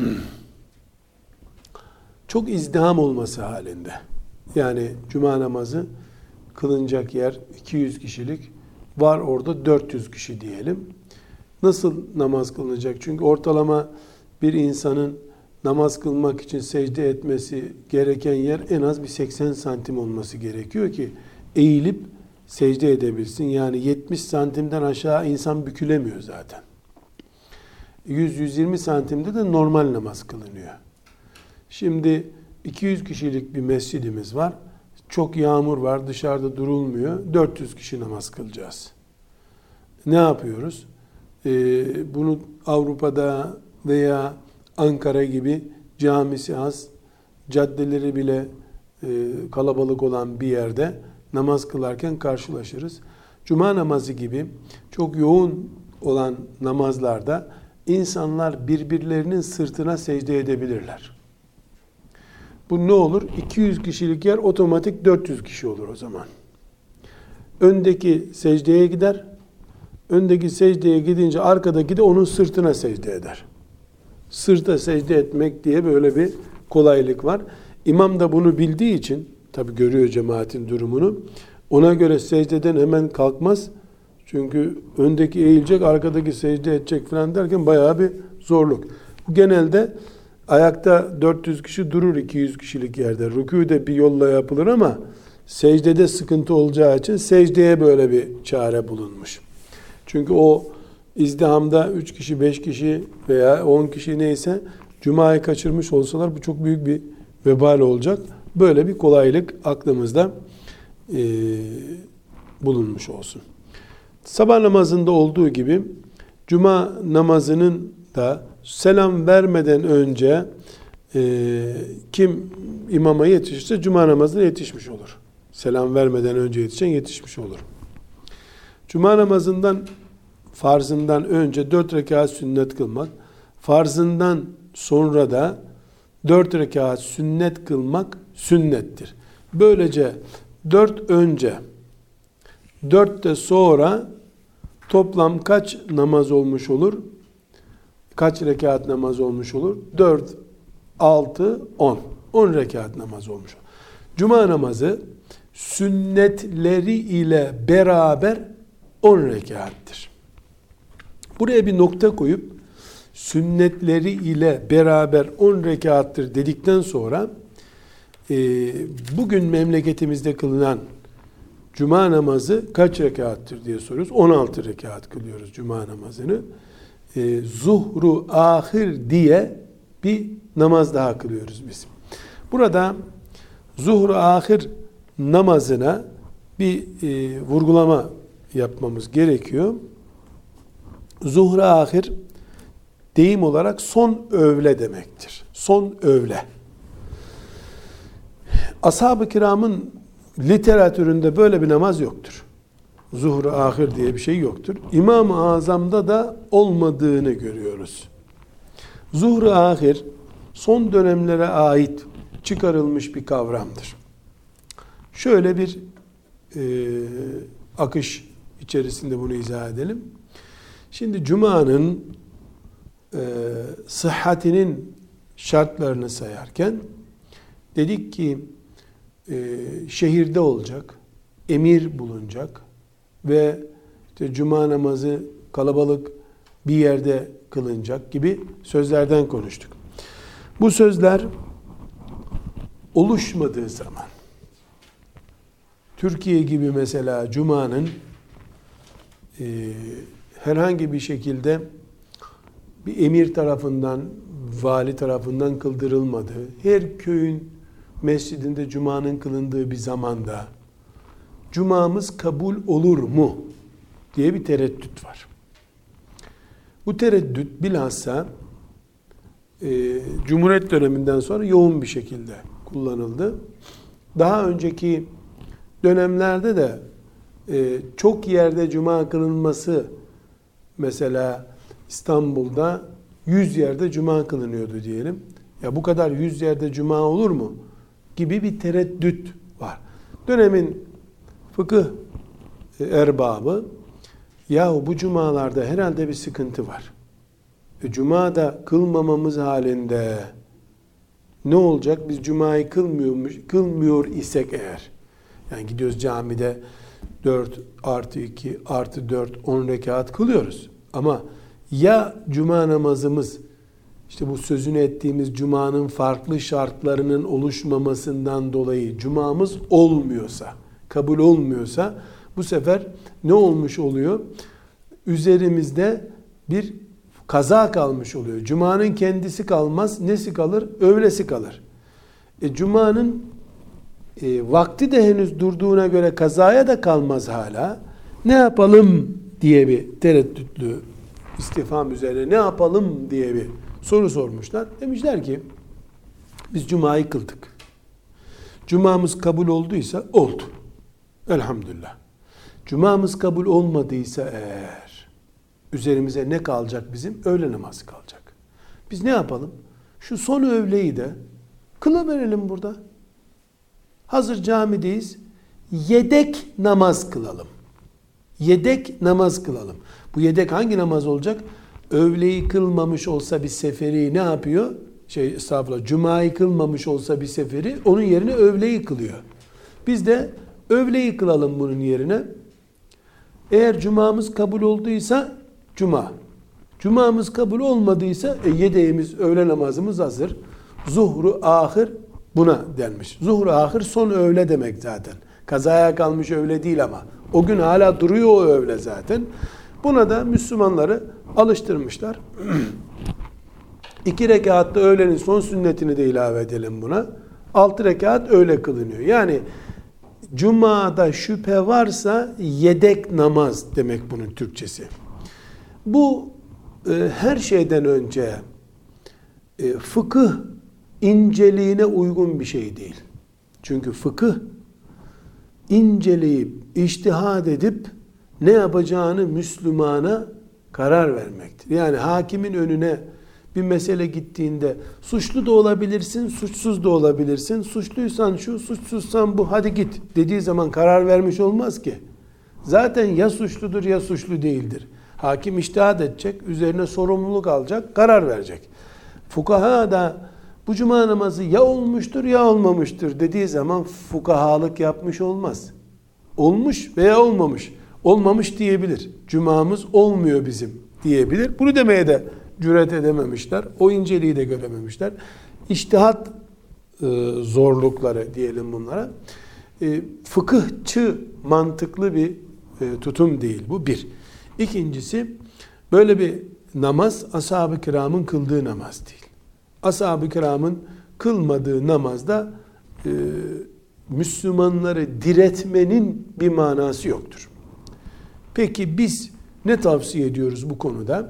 çok izdiham olması halinde, yani cuma namazı kılınacak yer iki yüz kişilik, var orada dört yüz kişi diyelim. Nasıl namaz kılınacak? Çünkü ortalama bir insanın namaz kılmak için secde etmesi gereken yer en az bir seksen santim olması gerekiyor ki eğilip secde edebilsin. Yani yetmiş santimden aşağı insan bükülemiyor zaten. yüz yüz yirmi santimde de normal namaz kılınıyor. Şimdi iki yüz kişilik bir mescidimiz var. Çok yağmur var, dışarıda durulmuyor. dört yüz kişi namaz kılacağız. Ne yapıyoruz? Ee, bunu Avrupa'da veya Ankara gibi camisi az, caddeleri bile e, kalabalık olan bir yerde namaz kılarken karşılaşırız. Cuma namazı gibi çok yoğun olan namazlarda insanlar birbirlerinin sırtına secde edebilirler. Bu ne olur? iki yüz kişilik yer otomatik dört yüz kişi olur o zaman. Öndeki secdeye gider. Öndeki secdeye gidince arkadaki de onun sırtına secde eder. Sırta secde etmek diye böyle bir kolaylık var. İmam da bunu bildiği için, tabi görüyor cemaatin durumunu, ona göre secdeden hemen kalkmaz. Çünkü öndeki eğilecek, arkadaki secde edecek falan derken bayağı bir zorluk. Bu genelde ayakta dört yüz kişi durur iki yüz kişilik yerde. Rükû de bir yolla yapılır ama secdede sıkıntı olacağı için secdeye böyle bir çare bulunmuş. Çünkü o izdihamda üç kişi, beş kişi veya on kişi neyse Cuma'yı kaçırmış olsalar bu çok büyük bir vebal olacak. Böyle bir kolaylık aklımızda e, bulunmuş olsun. Sabah namazında olduğu gibi Cuma namazının da selam vermeden önce e, kim imama yetişirse Cuma namazına yetişmiş olur. Selam vermeden önce yetişen yetişmiş olur. Cuma namazından farzından önce dört rekat sünnet kılmak, farzından sonra da dört rekat sünnet kılmak sünnettir. Böylece dört önce, dört de sonra toplam kaç namaz olmuş olur? Kaç rekat namaz olmuş olur? dört, altı, on. on rekat namaz olmuş olur. Cuma namazı sünnetleri ile beraber on rekattır. Buraya bir nokta koyup sünnetleri ile beraber on rekattır dedikten sonra e, bugün memleketimizde kılınan Cuma namazı kaç rekattır diye soruyoruz. on altı rekat kılıyoruz Cuma namazını. E, zuhru ahir diye bir namaz daha kılıyoruz biz. Burada zuhru ahir namazına bir e, vurgulama yapmamız gerekiyor. Zuhru ahir deyim olarak son öğle demektir. Son öğle. Ashab-ı kiramın literatüründe böyle bir namaz yoktur. Zuhru ahir diye bir şey yoktur. İmam-ı Azam'da da olmadığını görüyoruz. Zuhru ahir son dönemlere ait çıkarılmış bir kavramdır. Şöyle bir e, akış içerisinde bunu izah edelim. Şimdi Cuma'nın e, sıhhatinin şartlarını sayarken dedik ki e, şehirde olacak, emir bulunacak ve işte Cuma namazı kalabalık bir yerde kılınacak gibi sözlerden konuştuk. Bu sözler oluşmadığı zaman Türkiye gibi mesela Cuma'nın e, herhangi bir şekilde bir emir tarafından, vali tarafından kıldırılmadığı, her köyün mescidinde Cuma'nın kılındığı bir zamanda Cuma'mız kabul olur mu diye bir tereddüt var. Bu tereddüt bilhassa e, Cumhuriyet döneminden sonra yoğun bir şekilde kullanıldı. Daha önceki dönemlerde de e, çok yerde Cuma kılınması, mesela İstanbul'da yüz yerde Cuma kılınıyordu diyelim. Ya bu kadar yüz yerde Cuma olur mu? Gibi bir tereddüt var. Dönemin fıkıh erbabı, yahu bu cumalarda herhalde bir sıkıntı var. E, Cuma'da kılmamamız halinde ne olacak? Biz Cuma'yı kılmıyormuş, kılmıyor isek eğer, yani gidiyoruz camide dört artı iki artı dört on rekat kılıyoruz. Ama ya Cuma namazımız işte bu sözünü ettiğimiz Cuma'nın farklı şartlarının oluşmamasından dolayı Cuma'mız olmuyorsa, kabul olmuyorsa bu sefer ne olmuş oluyor? Üzerimizde bir kaza kalmış oluyor. Cuma'nın kendisi kalmaz. Nesi kalır? Öğlesi kalır. E, Cuma'nın e, vakti de henüz durduğuna göre kazaya da kalmaz hala. Ne yapalım diye bir tereddütlü istifham üzerine ne yapalım diye bir soru sormuşlar. Demişler ki biz cumayı kıldık. Cumamız kabul olduysa oldu. Elhamdülillah. Cumamız kabul olmadıysa eğer üzerimize ne kalacak bizim? Öğle namazı kalacak. Biz ne yapalım? Şu son öğleyi de kılıverelim burada. Hazır camideyiz. Yedek namaz kılalım. Yedek namaz kılalım. Bu yedek hangi namaz olacak? Öğleyi kılmamış olsa bir seferi ne yapıyor? Şey estağfurullah, cumayı kılmamış olsa bir seferi onun yerine öğleyi kılıyor. Biz de öğleyi kılalım bunun yerine. Eğer cumamız kabul olduysa cuma. Cumamız kabul olmadıysa e, yedeğimiz, öğle namazımız hazır. Zuhru ahir buna denmiş. Zuhru ahir son öğle demek zaten. Kazaya kalmış öğle değil ama. O gün hala duruyor o öğle zaten. Buna da Müslümanları alıştırmışlar. İki rekatta öğlenin son sünnetini de ilave edelim buna. Altı rekat öğle kılınıyor. Yani Cuma'da şüphe varsa yedek namaz demek bunun Türkçesi. Bu e, her şeyden önce e, fıkıh inceliğine uygun bir şey değil. Çünkü fıkıh inceleyip, içtihad edip ne yapacağını Müslümana karar vermektir. Yani hakimin önüne bir mesele gittiğinde suçlu da olabilirsin, suçsuz da olabilirsin. Suçluysan şu, suçsuzsan bu, hadi git dediği zaman karar vermiş olmaz ki. Zaten ya suçludur ya suçlu değildir. Hakim içtihad edecek, üzerine sorumluluk alacak, karar verecek. Fukaha da bu cuma namazı ya olmuştur ya olmamıştır dediği zaman fukahalık yapmış olmaz. Olmuş veya olmamış. Olmamış diyebilir. Cumamız olmuyor bizim diyebilir. Bunu demeye de cüret edememişler. O inceliği de görememişler. İçtihat e, zorlukları diyelim bunlara. E, fıkıhçı mantıklı bir e, tutum değil bu bir. İkincisi böyle bir namaz ashab-ı kiramın kıldığı namaz değil. Ashab-ı kiramın kılmadığı namazda e, Müslümanları diretmenin bir manası yoktur. Peki biz ne tavsiye ediyoruz bu konuda?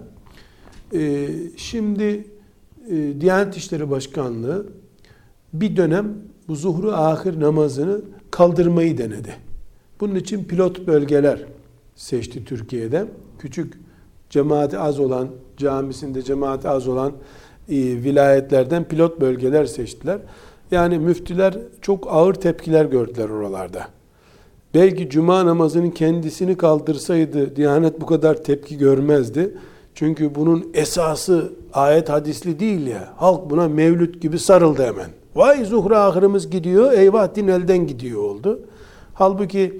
Ee, şimdi e, Diyanet İşleri Başkanlığı bir dönem bu zuhru ahir namazını kaldırmayı denedi. Bunun için pilot bölgeler seçti Türkiye'de. Küçük cemaati az olan, camisinde cemaati az olan e, vilayetlerden pilot bölgeler seçtiler. Yani müftüler çok ağır tepkiler gördüler oralarda. Belki cuma namazının kendisini kaldırsaydı Diyanet bu kadar tepki görmezdi. Çünkü bunun esası ayet hadisli değil ya. Halk buna mevlüt gibi sarıldı hemen. Vay zuhru ahirimiz gidiyor, eyvah din elden gidiyor oldu. Halbuki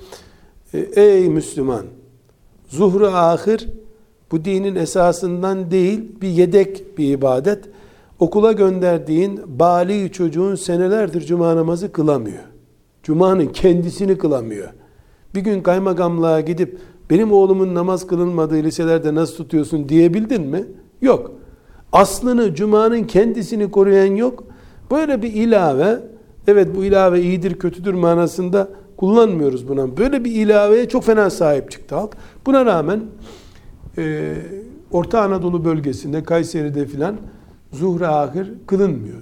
ey Müslüman, zuhru ahir bu dinin esasından değil, bir yedek bir ibadet. Okula gönderdiğin bali çocuğun senelerdir cuma namazı kılamıyor. Cuma'nın kendisini kılamıyor. Bir gün kaymakamlığa gidip benim oğlumun namaz kılınmadığı liselerde nasıl tutuyorsun diyebildin mi? Yok. Aslını, Cuma'nın kendisini koruyan yok. Böyle bir ilave, evet bu ilave iyidir kötüdür manasında kullanmıyoruz buna. Böyle bir ilaveye çok fena sahip çıktı halk. Buna rağmen e, Orta Anadolu bölgesinde, Kayseri'de filan zuhre ahir kılınmıyor.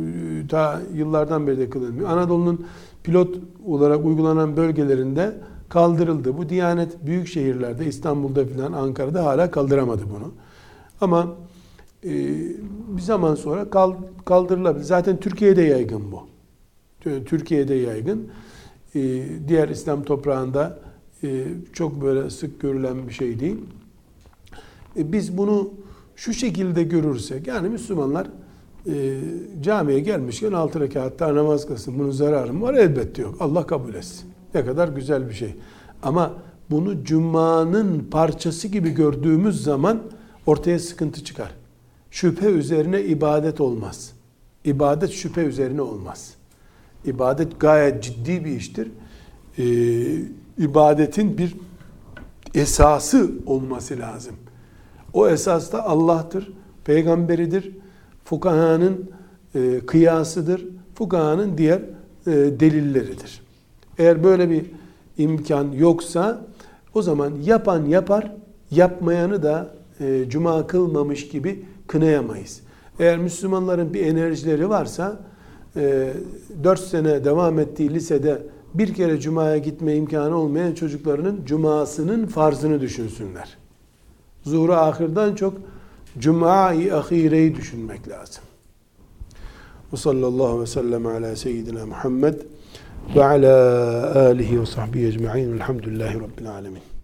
Ta yıllardan beri de kılınmıyor. Anadolu'nun pilot olarak uygulanan bölgelerinde kaldırıldı. Bu Diyanet büyük şehirlerde, İstanbul'da filan, Ankara'da hala kaldıramadı bunu. Ama e, bir zaman sonra kaldırılabilir. Zaten Türkiye'de yaygın bu. Türkiye'de yaygın. E, diğer İslam toprağında e, çok böyle sık görülen bir şey değil. E, biz bunu şu şekilde görürsek, yani Müslümanlar e, camiye gelmişken altı rekatta namaz kılsın. Bunun zararı mı var? Elbette yok. Allah kabul etsin. Ne kadar güzel bir şey. Ama bunu Cuma'nın parçası gibi gördüğümüz zaman ortaya sıkıntı çıkar. Şüphe üzerine ibadet olmaz. İbadet şüphe üzerine olmaz. İbadet gayet ciddi bir iştir. Ee, ibadetin bir esası olması lazım. O esas da Allah'tır, peygamberidir, fukahanın e, kıyasıdır, fukahanın diğer e, delilleridir. Eğer böyle bir imkan yoksa o zaman yapan yapar, yapmayanı da e, cuma kılmamış gibi kınayamayız. Eğer Müslümanların bir enerjileri varsa dört sene devam ettiği lisede bir kere cumaya gitme imkanı olmayan çocuklarının cumasının farzını düşünsünler. Zuhur-u ahirden çok cuma-i ahireyi düşünmek lazım. Ve sallallahu ve sellem ala seyyidina Muhammed ve ala alihi ve sahbihi ecma'in velhamdülillahi rabbil alemin.